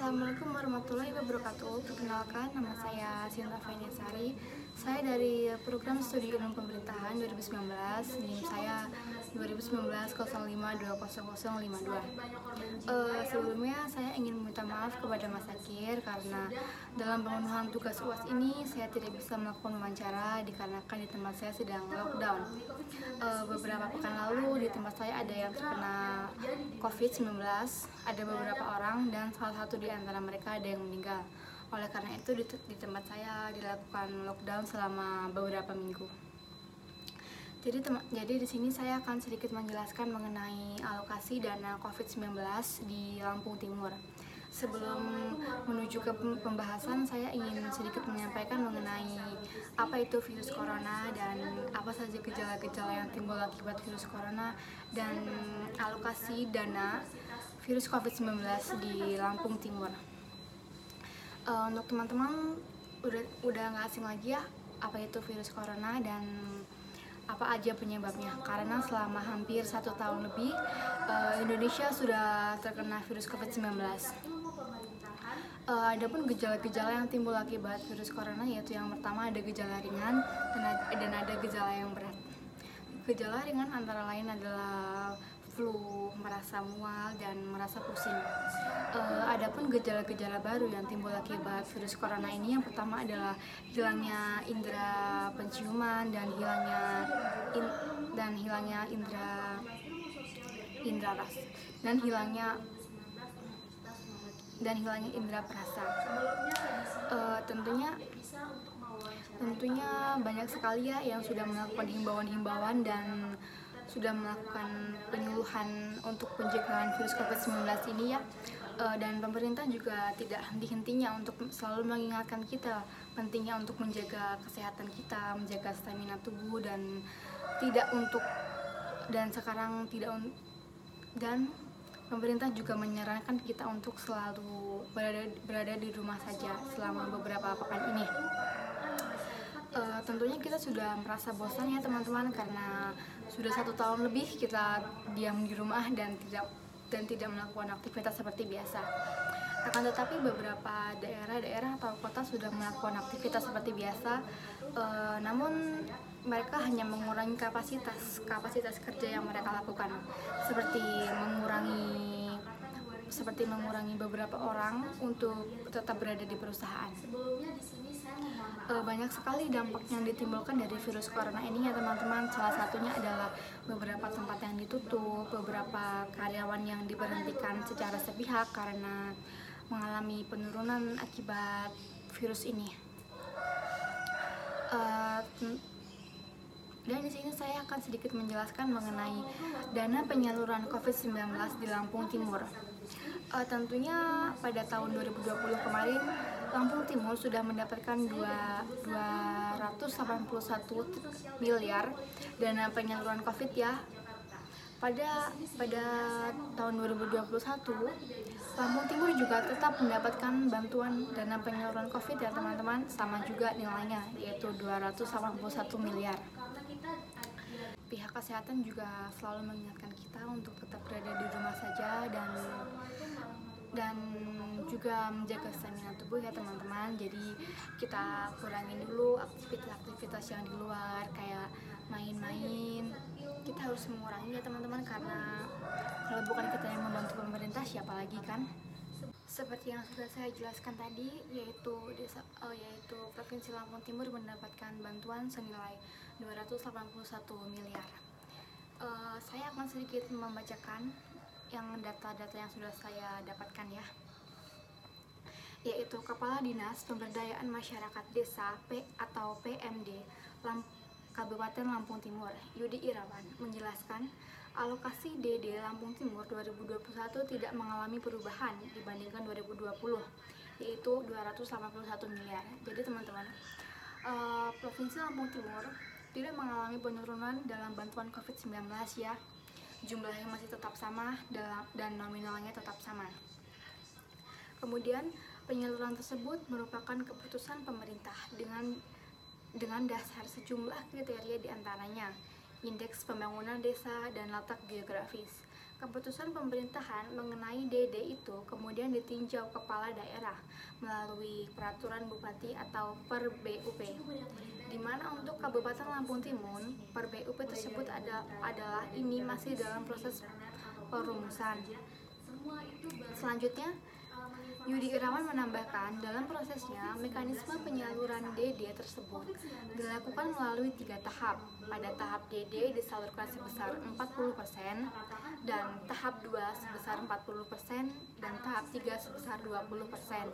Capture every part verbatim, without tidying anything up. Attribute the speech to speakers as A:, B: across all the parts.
A: Assalamualaikum warahmatullahi wabarakatuh. Perkenalkan, nama saya Sinta Fainisari. Saya dari program studi ilmu pemerintahan dua ribu sembilan belas. NIM saya dua ribu sembilan belas nol lima dua nol nol lima dua. Uh, sebelumnya saya ingin meminta maaf kepada Mas Akir karena dalam pemenuhan tugas U A S ini saya tidak bisa melakukan wawancara dikarenakan di tempat saya sedang lockdown. Uh, beberapa pekan lalu di tempat saya ada yang terkena covid sembilan belas, ada beberapa orang dan salah satu di antara mereka ada yang meninggal. Oleh karena itu di, di tempat saya dilakukan lockdown selama beberapa minggu. Jadi tem jadi di sini saya akan sedikit menjelaskan mengenai alokasi dana covid sembilan belas di Lampung Timur. Sebelum menuju ke pembahasan, saya ingin sedikit menyampaikan mengenai apa itu virus corona dan apa saja gejala-gejala yang timbul akibat virus corona dan alokasi dana virus covid sembilan belas di Lampung Timur. Uh, untuk teman-teman udah udah nggak asing lagi ya apa itu virus corona dan apa aja penyebabnya, karena selama hampir satu tahun lebih uh, Indonesia sudah terkena virus covid sembilan belas. Uh, Adapun gejala-gejala yang timbul akibat virus corona yaitu yang pertama ada gejala ringan dan ada, dan ada gejala yang berat. Gejala ringan antara lain adalah flu, merasa mual, dan merasa pusing. Uh, adapun gejala-gejala baru yang timbul akibat virus corona ini, yang pertama adalah hilangnya indera penciuman dan hilangnya in, dan hilangnya indera indera ras dan hilangnya dan hilangnya indera perasa. Uh, tentunya tentunya banyak sekali ya yang sudah melakukan himbauan-himbauan dan sudah melakukan penyuluhan untuk pencegahan virus covid sembilan belas ini ya. Uh, dan pemerintah juga tidak henti-hentinya untuk selalu mengingatkan kita pentingnya untuk menjaga kesehatan kita, menjaga stamina tubuh dan tidak untuk dan sekarang tidak un, dan pemerintah juga menyarankan kita untuk selalu berada berada di rumah saja selama beberapa pekan ini. Uh, tentunya kita sudah merasa bosan ya teman-teman, karena sudah satu tahun lebih kita diam di rumah dan tidak dan tidak melakukan aktivitas seperti biasa. Akan tetapi beberapa daerah-daerah atau kota sudah melakukan aktivitas seperti biasa, uh, namun mereka hanya mengurangi kapasitas kapasitas kerja yang mereka lakukan, seperti mengurangi seperti mengurangi beberapa orang untuk tetap berada di perusahaan. E, banyak sekali dampak yang ditimbulkan dari virus corona ini ya teman-teman. Salah satunya adalah beberapa tempat yang ditutup, beberapa karyawan yang diberhentikan secara sepihak karena mengalami penurunan akibat virus ini. E, Dan di sini saya akan sedikit menjelaskan mengenai dana penyaluran covid sembilan belas di Lampung Timur. Uh, tentunya pada tahun dua ribu dua puluh kemarin Lampung Timur sudah mendapatkan dua ratus delapan puluh satu miliar dana penyaluran Covid ya. Pada pada tahun dua ribu dua puluh satu Lampung Timur juga tetap mendapatkan bantuan dana penyaluran Covid ya teman-teman, sama juga nilainya yaitu dua ratus delapan puluh satu miliar. Pihak kesehatan juga selalu mengingatkan kita untuk tetap berada di rumah saja dan dan juga menjaga stamina tubuh ya teman-teman. Jadi kita kurangin dulu aktivitas-aktivitas yang di luar kayak main-main. Kita harus mengurangi ya teman-teman, karena kalau bukan kita yang membantu pemerintah siapa lagi kan? Seperti yang sudah saya jelaskan tadi, yaitu desa, uh, yaitu Provinsi Lampung Timur mendapatkan bantuan senilai dua ratus delapan puluh satu miliar. Uh, saya akan sedikit membacakan yang data-data yang sudah saya dapatkan ya, yaitu Kepala Dinas Pemberdayaan Masyarakat Desa P atau P M D Lamp Kabupaten Lampung Timur, Yudi Irawan, menjelaskan alokasi D D Lampung Timur dua ribu dua puluh satu tidak mengalami perubahan dibandingkan dua ribu dua puluh, yaitu dua ratus delapan puluh satu miliar. Jadi teman-teman, uh, Provinsi Lampung Timur tidak mengalami penurunan dalam bantuan covid sembilan belas ya. Jumlahnya masih tetap sama dan nominalnya tetap sama. Kemudian penyaluran tersebut merupakan keputusan pemerintah dengan dengan dasar sejumlah kriteria diantaranya, indeks pembangunan desa, dan letak geografis. Keputusan pemerintahan mengenai D D itu kemudian ditinjau kepala daerah melalui peraturan bupati atau per B U P, di mana untuk Kabupaten Lampung Timur, per B U P tersebut ada, adalah ini masih dalam proses perumusan. Selanjutnya, Yudi Irawan menambahkan, dalam prosesnya, mekanisme penyaluran D D tersebut dilakukan melalui tiga tahap. Pada tahap D D disalurkan sebesar empat puluh persen, dan tahap dua sebesar empat puluh persen, dan tahap tiga sebesar dua puluh persen.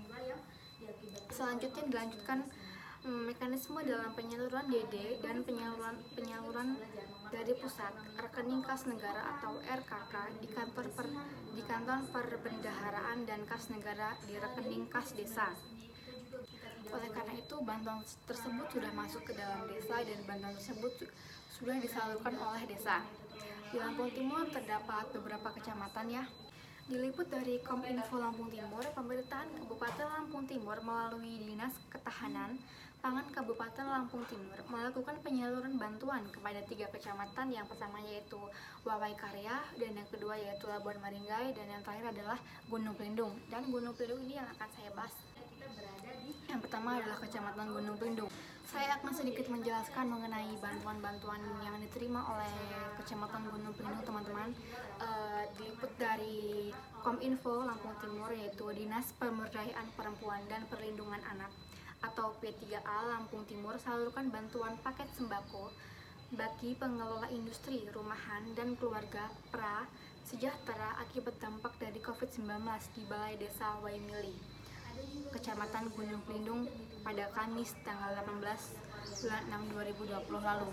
A: Selanjutnya dilanjutkan mekanisme dalam penyaluran D D dan penyaluran penyaluran dari pusat, rekening kas negara atau R K K di kantor per, di kantor perbendaharaan dan kas negara di rekening kas desa. Oleh karena itu, bantuan tersebut sudah masuk ke dalam desa dan bantuan tersebut sudah disalurkan oleh desa. Di Lampung Timur terdapat beberapa kecamatan ya. Diliput dari Kominfo Lampung Timur, pemerintahan Kabupaten Lampung Timur melalui Dinas Ketahanan Pangan Kabupaten Lampung Timur melakukan penyaluran bantuan kepada tiga kecamatan. Yang pertama yaitu Wawai Karya, dan yang kedua yaitu Labuan Maringgai, dan yang terakhir adalah Gunung Pelindung. Dan Gunung Pelindung ini yang akan saya bahas. Yang pertama adalah Kecamatan Gunung Pelindung. Saya akan sedikit menjelaskan mengenai bantuan-bantuan yang diterima oleh Kecamatan Gunung Pelindung, teman-teman. Uh, diliput dari Kominfo Lampung Timur, yaitu Dinas Pemberdayaan Perempuan dan Perlindungan Anak atau P tiga A Lampung Timur salurkan bantuan paket sembako bagi pengelola industri, rumahan, dan keluarga pra sejahtera akibat dampak dari covid sembilan belas di Balai Desa Waimili, Kecamatan Gunung Pelindung pada Kamis tanggal delapan belas bulan enam dua ribu dua puluh lalu.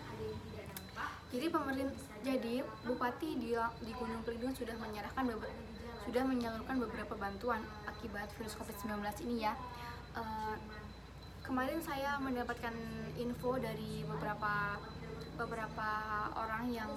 A: Jadi pemerintah, jadi Bupati di, di Gunung Pelindung sudah menyerahkan sudah menyalurkan beberapa bantuan akibat virus covid sembilan belas ini ya. Uh, kemarin saya mendapatkan info dari beberapa beberapa orang yang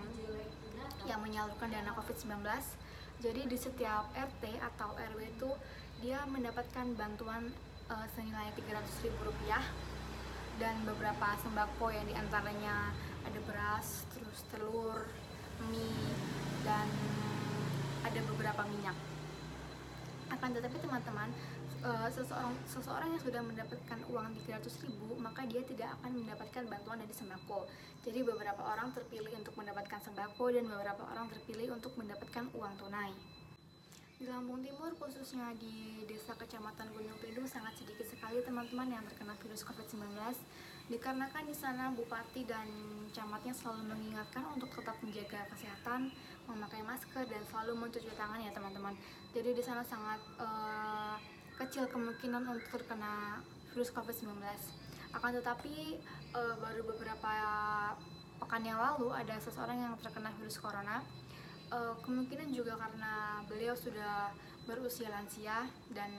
A: yang menyalurkan dana covid sembilan belas. Jadi di setiap R T atau R W itu dia mendapatkan bantuan uh, senilai tiga ratus ribu rupiah dan beberapa sembako yang diantaranya ada beras, terus telur, mie, dan ada beberapa minyak. Akan tetapi teman-teman, uh, seseorang seseorang yang sudah mendapatkan uang tiga ratus ribu, maka dia tidak akan mendapatkan bantuan dari sembako. Jadi beberapa orang terpilih untuk mendapatkan sembako dan beberapa orang terpilih untuk mendapatkan uang tunai. Di Lampung Timur, khususnya di desa Kecamatan Gunung Pelindung, sangat sedikit sekali teman-teman yang terkena virus covid sembilan belas, dikarenakan di sana bupati dan camatnya selalu mengingatkan untuk tetap menjaga kesehatan, memakai masker, dan selalu mencuci tangan ya teman-teman. Jadi di sana sangat uh, kecil kemungkinan untuk terkena virus covid sembilan belas. Akan tetapi uh, baru beberapa pekan yang lalu ada seseorang yang terkena virus corona. Uh, kemungkinan juga karena beliau sudah berusia lansia, dan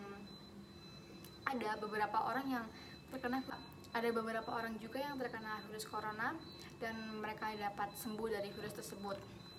A: ada beberapa orang yang terkena ada beberapa orang juga yang terkena virus corona dan mereka dapat sembuh dari virus tersebut.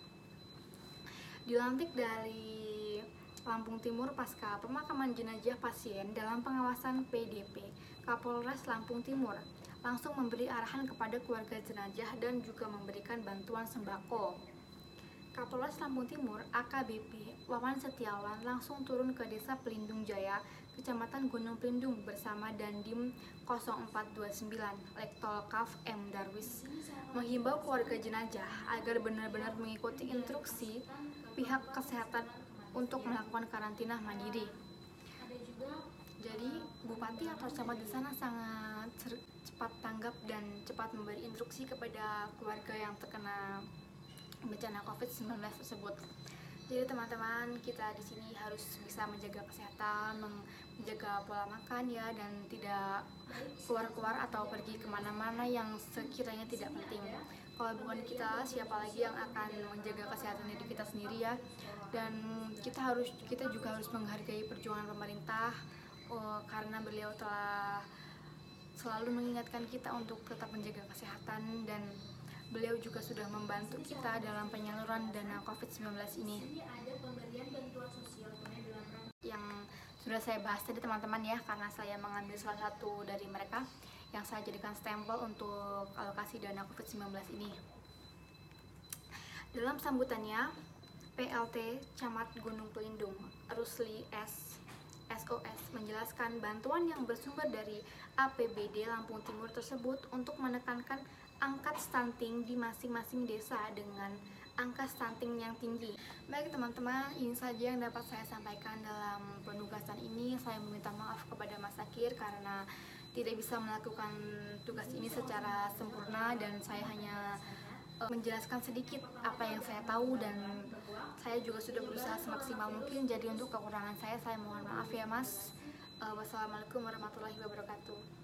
A: Dilantik dari Lampung Timur pasca pemakaman jenazah pasien dalam pengawasan P D P, Kapolres Lampung Timur langsung memberi arahan kepada keluarga jenazah dan juga memberikan bantuan sembako. Kapolres Lampung Timur A K B P Wawan Setiawan langsung turun ke Desa Pelindung Jaya, Kecamatan Gunung Pelindung bersama Dandim nol empat dua sembilan Lektol Kaf M Darwis menghimbau keluarga jenazah agar benar-benar mengikuti instruksi pihak kesehatan untuk melakukan karantina mandiri. Jadi bupati atau camat di sana sangat cepat tanggap dan cepat memberi instruksi kepada keluarga yang terkena bencana covid sembilan belas tersebut. Jadi teman-teman, kita di sini harus bisa menjaga kesehatan, menjaga pola makan ya, dan tidak keluar-keluar atau pergi kemana-mana yang sekiranya tidak penting. Kalau bukan kita, siapa lagi yang akan menjaga kesehatan diri kita sendiri ya. Dan kita harus kita juga harus menghargai perjuangan pemerintah, oh, karena beliau telah selalu mengingatkan kita untuk tetap menjaga kesehatan, dan beliau juga sudah membantu kita dalam penyaluran dana covid sembilan belas ini yang sudah saya bahas tadi teman-teman ya, karena saya mengambil salah satu dari mereka. yang saya jadikan stempel untuk alokasi dana covid sembilan belas ini. Dalam sambutannya, P L T Camat Gunung Pelindung Rusli S. S O S menjelaskan bantuan yang bersumber dari A P B D Lampung Timur tersebut untuk menekankan angka stunting di masing-masing desa dengan angka stunting yang tinggi. Baik teman-teman, ini saja yang dapat saya sampaikan dalam penugasan ini. Saya meminta maaf kepada Mas Akir karena tidak bisa melakukan tugas ini secara sempurna, dan saya hanya menjelaskan sedikit apa yang saya tahu, dan saya juga sudah berusaha semaksimal mungkin. Jadi untuk kekurangan saya, saya mohon maaf ya Mas. Wassalamualaikum warahmatullahi wabarakatuh.